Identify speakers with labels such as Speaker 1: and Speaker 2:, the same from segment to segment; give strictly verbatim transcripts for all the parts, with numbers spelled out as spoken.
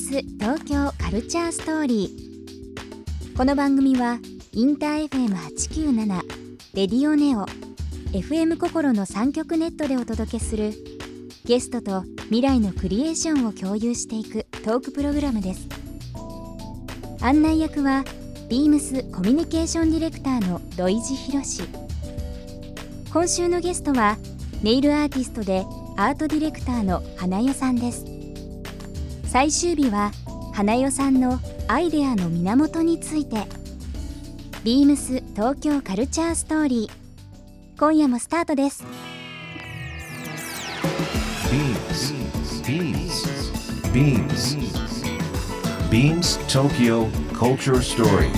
Speaker 1: ス東京カルチャーストーリー。この番組はインター エフエムはちきゅうなな、レディオネオ、エフエム 心のさん局ネットでお届けするゲストと未来のクリエーションを共有していくトークプログラムです。案内役はビームスコミュニケーションディレクターの土井博志。今週のゲストはネイルアーティストでアートディレクターの花代さんです。最終日は花代さんのアイデアの源について。ビームス東京カルチャーストーリー、今夜もスタートです。
Speaker 2: ビームス ビームス ビームス Tokyo Culture Story。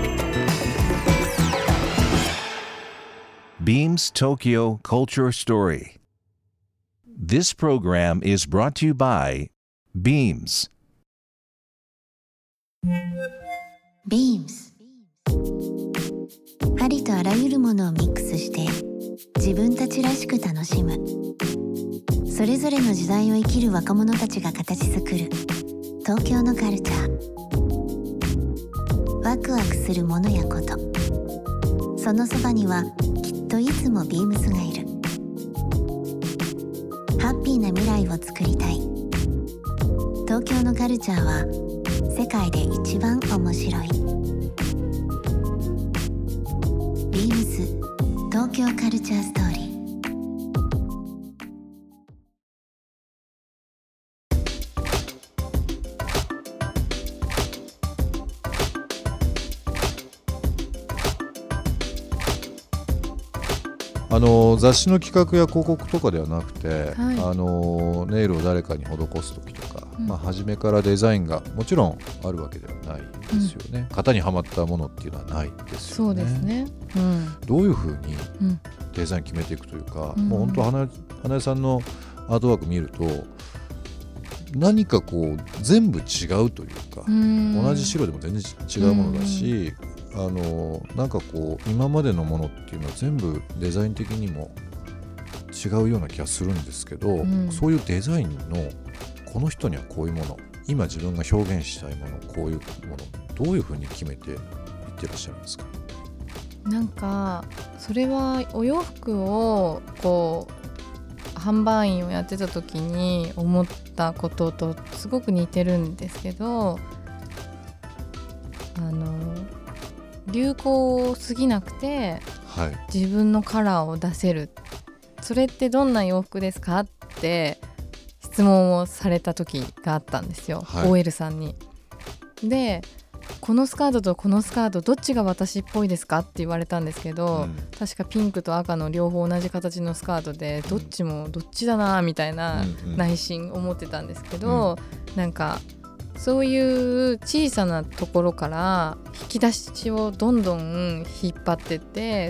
Speaker 2: ビームス Tokyo Culture Story. This program is brought to you by Beams。
Speaker 3: Beams、 ありとあらゆるものをミックスして自分たちらしく楽しむ、それぞれの時代を生きる若者たちが形作る東京のカルチャー。ワクワクするものやこと、そのそばにはきっといつもビームスがいる。ハッピーな未来を作りたい。東京のカルチャーは世界で一番面白い。ビームス東京カルチャーストーリー。
Speaker 4: あの雑誌の企画や広告とかではなくて、
Speaker 5: はい、
Speaker 4: あのネイルを誰かに施す時とか、
Speaker 5: うん、
Speaker 4: まあ、初めからデザインがもちろんあるわけではないですよね、うん、型にはまったものっていうのはないですよね。
Speaker 5: そうですね、うん、
Speaker 4: どういうふうにデザイン決めていくというか、うん、もう本当花江さんのアートワーク見ると何かこう全部違うというか、うん、同じ白でも全然違うものだし、うん、あのなんかこう今までのものっていうのは全部デザイン的にも違うような気がするんですけど、うん、そういうデザインのこの人にはこういうもの、今自分が表現したいもの、こういうもの、どういうふうに決めていってらっしゃるんですか？
Speaker 5: なんかそれはお洋服をこう販売員をやってた時に思ったこととすごく似てるんですけど、あの流行すぎなくて、はい、自分のカラーを出せる。それってどんな洋服ですかって質問をされた時があったんですよ、はい、オーエル さんに。でこのスカートとこのスカートどっちが私っぽいですかって言われたんですけど、うん、確かピンクと赤の両方同じ形のスカートでどっちもどっちだなみたいな内心思ってたんですけど、うん、なんかそういう小さなところから引き出しをどんどん引っ張ってって、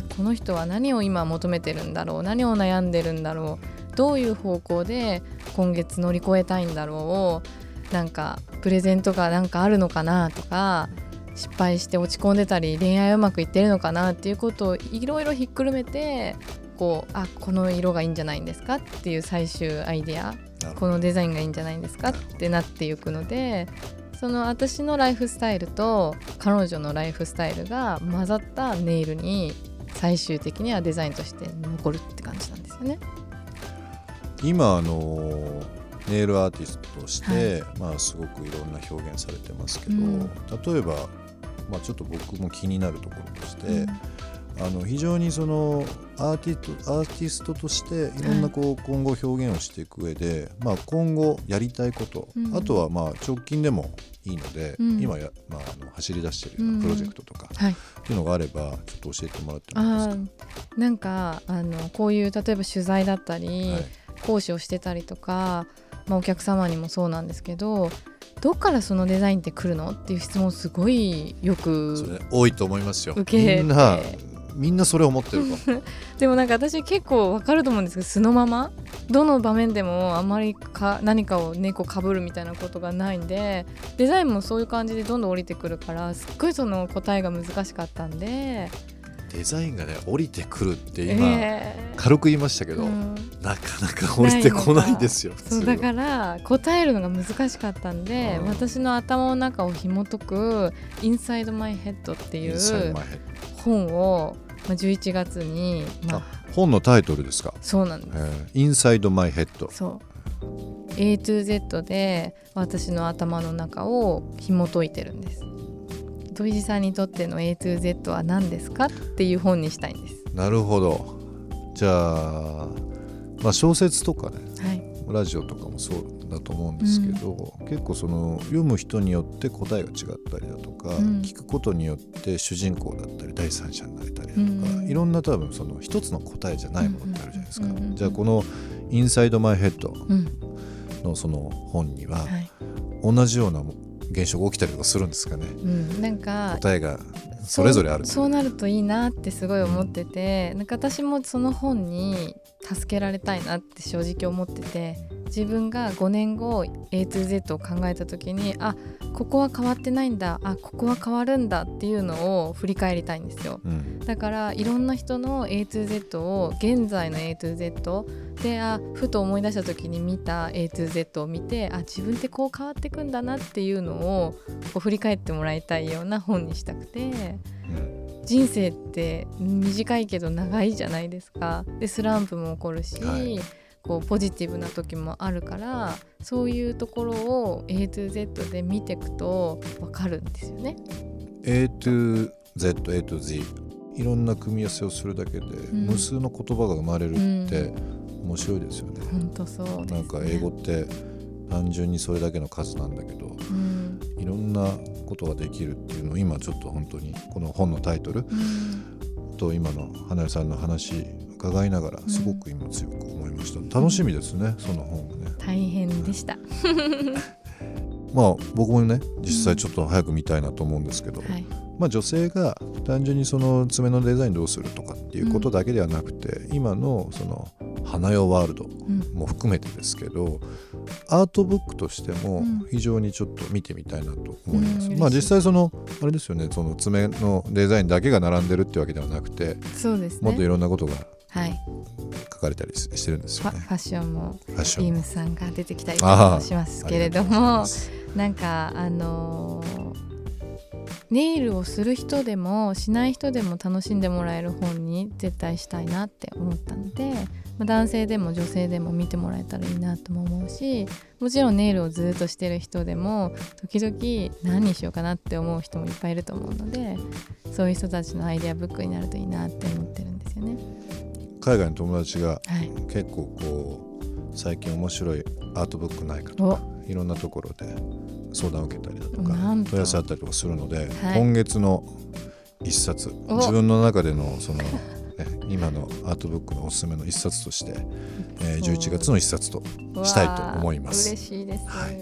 Speaker 5: この人は何を今求めてるんだろう、何を悩んでるんだろう、どういう方向で今月乗り越えたいんだろう、なんかプレゼントがなんかあるのかなとか、失敗して落ち込んでたり恋愛うまくいってるのかなっていうことをいろいろひっくるめて、こうあこの色がいいんじゃないんですかっていう最終アイデア、このデザインがいいんじゃないんですかってなっていくので、その私のライフスタイルと彼女のライフスタイルが混ざったネイルに最終的にはデザインとして残るって感じなんですよね。
Speaker 4: 今あのネイルアーティストとして、はい、まあ、すごくいろんな表現されてますけど、うん、例えば、まあ、ちょっと僕も気になるところとして、うん、あの非常にそのアーティスト、アーティストとしていろんなこう今後表現をしていく上で、はい、まあ、今後やりたいこと、うん、あとはまあ直近でもいいので、うん、今や、まあ、あの走り出しているようなプロジェクトとか、うん、はい、っていうのがあればちょっと教えてもらってもいいですか？
Speaker 5: あ、なんかあのこういう例えば取材だったり、はい、講師をしてたりとか、まあ、お客様にもそうなんですけど、どっからそのデザインって来るのっていう質問すごいよく
Speaker 4: それ多いと思いますよ。
Speaker 5: 受けて
Speaker 4: みんなみんなそれ思ってるかも
Speaker 5: でもなんか私結構わかると思うんですけど、素のままどの場面でもあまりか何かを猫かぶるみたいなことがないんで、デザインもそういう感じでどんどん降りてくるから、すっごいその答えが難しかったんで、
Speaker 4: デザインがね降りてくるって今、
Speaker 5: えー、
Speaker 4: 軽く言いましたけど、うん、なかなか降りてこないんですよ。
Speaker 5: そうだから答えるのが難しかったんで、うん、私の頭の中を紐解くインサイドマイヘッドっていう本をじゅういちがつに、まあ、あ
Speaker 4: 本のタイトルですか。
Speaker 5: そうなんです、
Speaker 4: えー、インサイドマイヘッド。
Speaker 5: そう エートゥーゼット で私の頭の中を紐解いてるんです。土井さんにとっての エートゥーゼット は何ですかっていう本にしたいんです。
Speaker 4: なるほど。じゃあ、まあ、小説とかね、はい、ラジオとかもそうだと思うんですけど、うん、結構その読む人によって答えが違ったりだとか、うん、聞くことによって主人公だったり第三者になれたりだとか、うん、いろんな多分その一つの答えじゃないものってあるじゃないですか、うんうん、じゃあこのインサイドマイヘッドのその本には、はい、同じような現象が起きたりとかするんですかね、
Speaker 5: うん、なんか
Speaker 4: 答えがそれぞれある。
Speaker 5: そう、そうなるといいなってすごい思ってて、なんか私もその本に助けられたいなって正直思ってて、自分がごねんご エートゥーゼット を考えた時に、あ、ここは変わってないんだ、あ、ここは変わるんだっていうのを振り返りたいんですよ、うん、だからいろんな人の エートゥーゼット を現在の エートゥーゼット で、あ、ふと思い出した時に見た エートゥーゼット を見て、あ、自分ってこう変わっていくんだなっていうのをこう振り返ってもらいたいような本にしたくて、うん、人生って短いけど長いじゃないですか。でスランプも起こるし、はい、こうポジティブな時もあるから、そういうところを エートゥーゼット で見ていくと分かるんですよね。
Speaker 4: エートゥーゼット、エートゥーゼット いろんな組み合わせをするだけで、うん、無数の言葉が生まれるって面白いですよね。
Speaker 5: 本当そうですね。
Speaker 4: なんか英語って単純にそれだけの数なんだけど、うん、いろんなことができるっていうのを今ちょっと本当にこの本のタイトル、うん、と今の花代さんの話伺いながらすごく今強く思いました、うん、楽しみですね、その本がね。
Speaker 5: 大変でした
Speaker 4: まあ僕もね実際ちょっと早く見たいなと思うんですけど、うんはい、まあ、女性が単純にその爪のデザインどうするとかっていうことだけではなくて、うん、今のその花代ワールドも含めてですけど、うん、アートブックとしても非常にちょっと見てみたいなと思います、うん、まあ実際そのあれですよね、その爪のデザインだけが並んでるってわけではなくて、
Speaker 5: そうですね、
Speaker 4: もっといろんなことが
Speaker 5: はい、
Speaker 4: 書かれたりしてるんですよね。
Speaker 5: ファッションもビームさんが出てきたりとかしますけれども、なんかあのー、ネイルをする人でもしない人でも楽しんでもらえる本に絶対したいなって思ったので、まあ、男性でも女性でも見てもらえたらいいなとも思うし、もちろんネイルをずっとしてる人でも時々何にしようかなって思う人もいっぱいいると思うので、そういう人たちのアイデアブックになるといいなって思ってるんですよね。
Speaker 4: 海外の友達が結構こう最近面白いアートブックないかとかいろんなところで相談を受けたりだとか問い合わせあったりとかするので、はい、今月の一冊、自分の中でのその、ね、今のアートブックのおすすめの一冊として、えー、じゅういちがつの一冊としたいと思います。
Speaker 5: 嬉しいです、はい、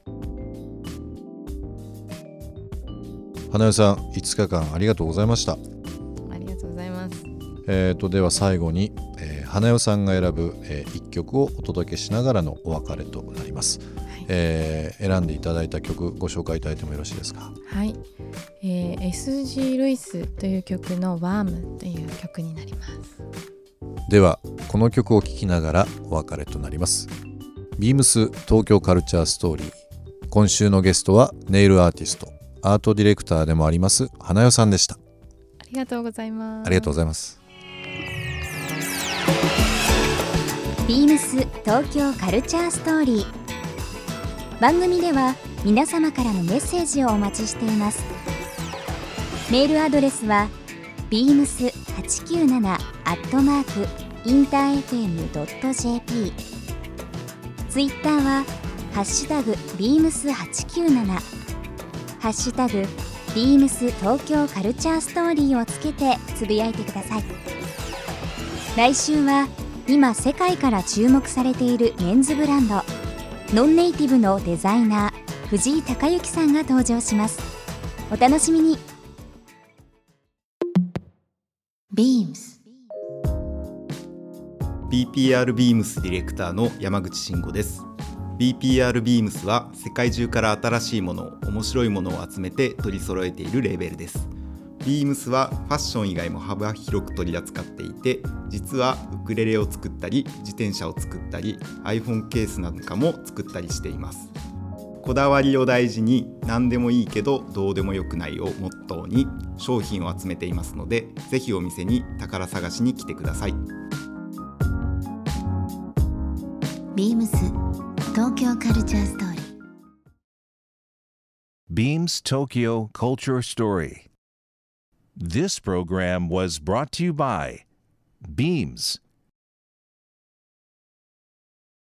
Speaker 4: 花代さんいつかかんありがとうございました。
Speaker 5: ありがとうございます。
Speaker 4: えー、とでは最後に、えー、花代さんが選ぶ、えー、いっきょくをお届けしながらのお別れとなります、はい、えー、選んでいただいた曲ご紹介いただいてもよろしいですか。
Speaker 5: はい、えー、エスジー ルイスという曲のワームという曲になります。
Speaker 4: ではこの曲を聴きながらお別れとなります。ビームス東京カルチャーストーリー、今週のゲストはネイルアーティストアートディレクターでもあります花代さんでした。
Speaker 5: ありがとうございます。
Speaker 4: ありがとうございます。
Speaker 1: ビームス東京カルチャーストーリー、番組では皆様からのメッセージをお待ちしています。メールアドレスは ビームスはちきゅうなな アットマーク インターエフエム ドット ジェーピー、 ツイッターはハッシュタグ ビームスはちきゅうなな、 ハッシュタグ ビームス東京カルチャーストーリーをつけてつぶやいてください。来週は今世界から注目されているメンズブランドノンネイティブのデザイナー藤井貴之さんが登場します。お楽しみに。
Speaker 3: ビームス
Speaker 6: ビーピーアール ビームスディレクターの山口慎吾です。 ビーピーアール ビームスは世界中から新しいもの、面白いものを集めて取り揃えているレーベルです。 ビームスはファッション以外も幅広く取り扱っていて、実はウクレレを作ったり、自転車を作ったり、 iPhone ケースなんかも作ったりしています。こだわりを大事に、何でもいいけどどうでもよくないをモットーに商品を集めていますので、ぜひお店に宝探しに来てください。
Speaker 3: ビームス東京カルチャーストーリー
Speaker 2: Beams Tokyo Culture Story. This program was brought to you by Beams.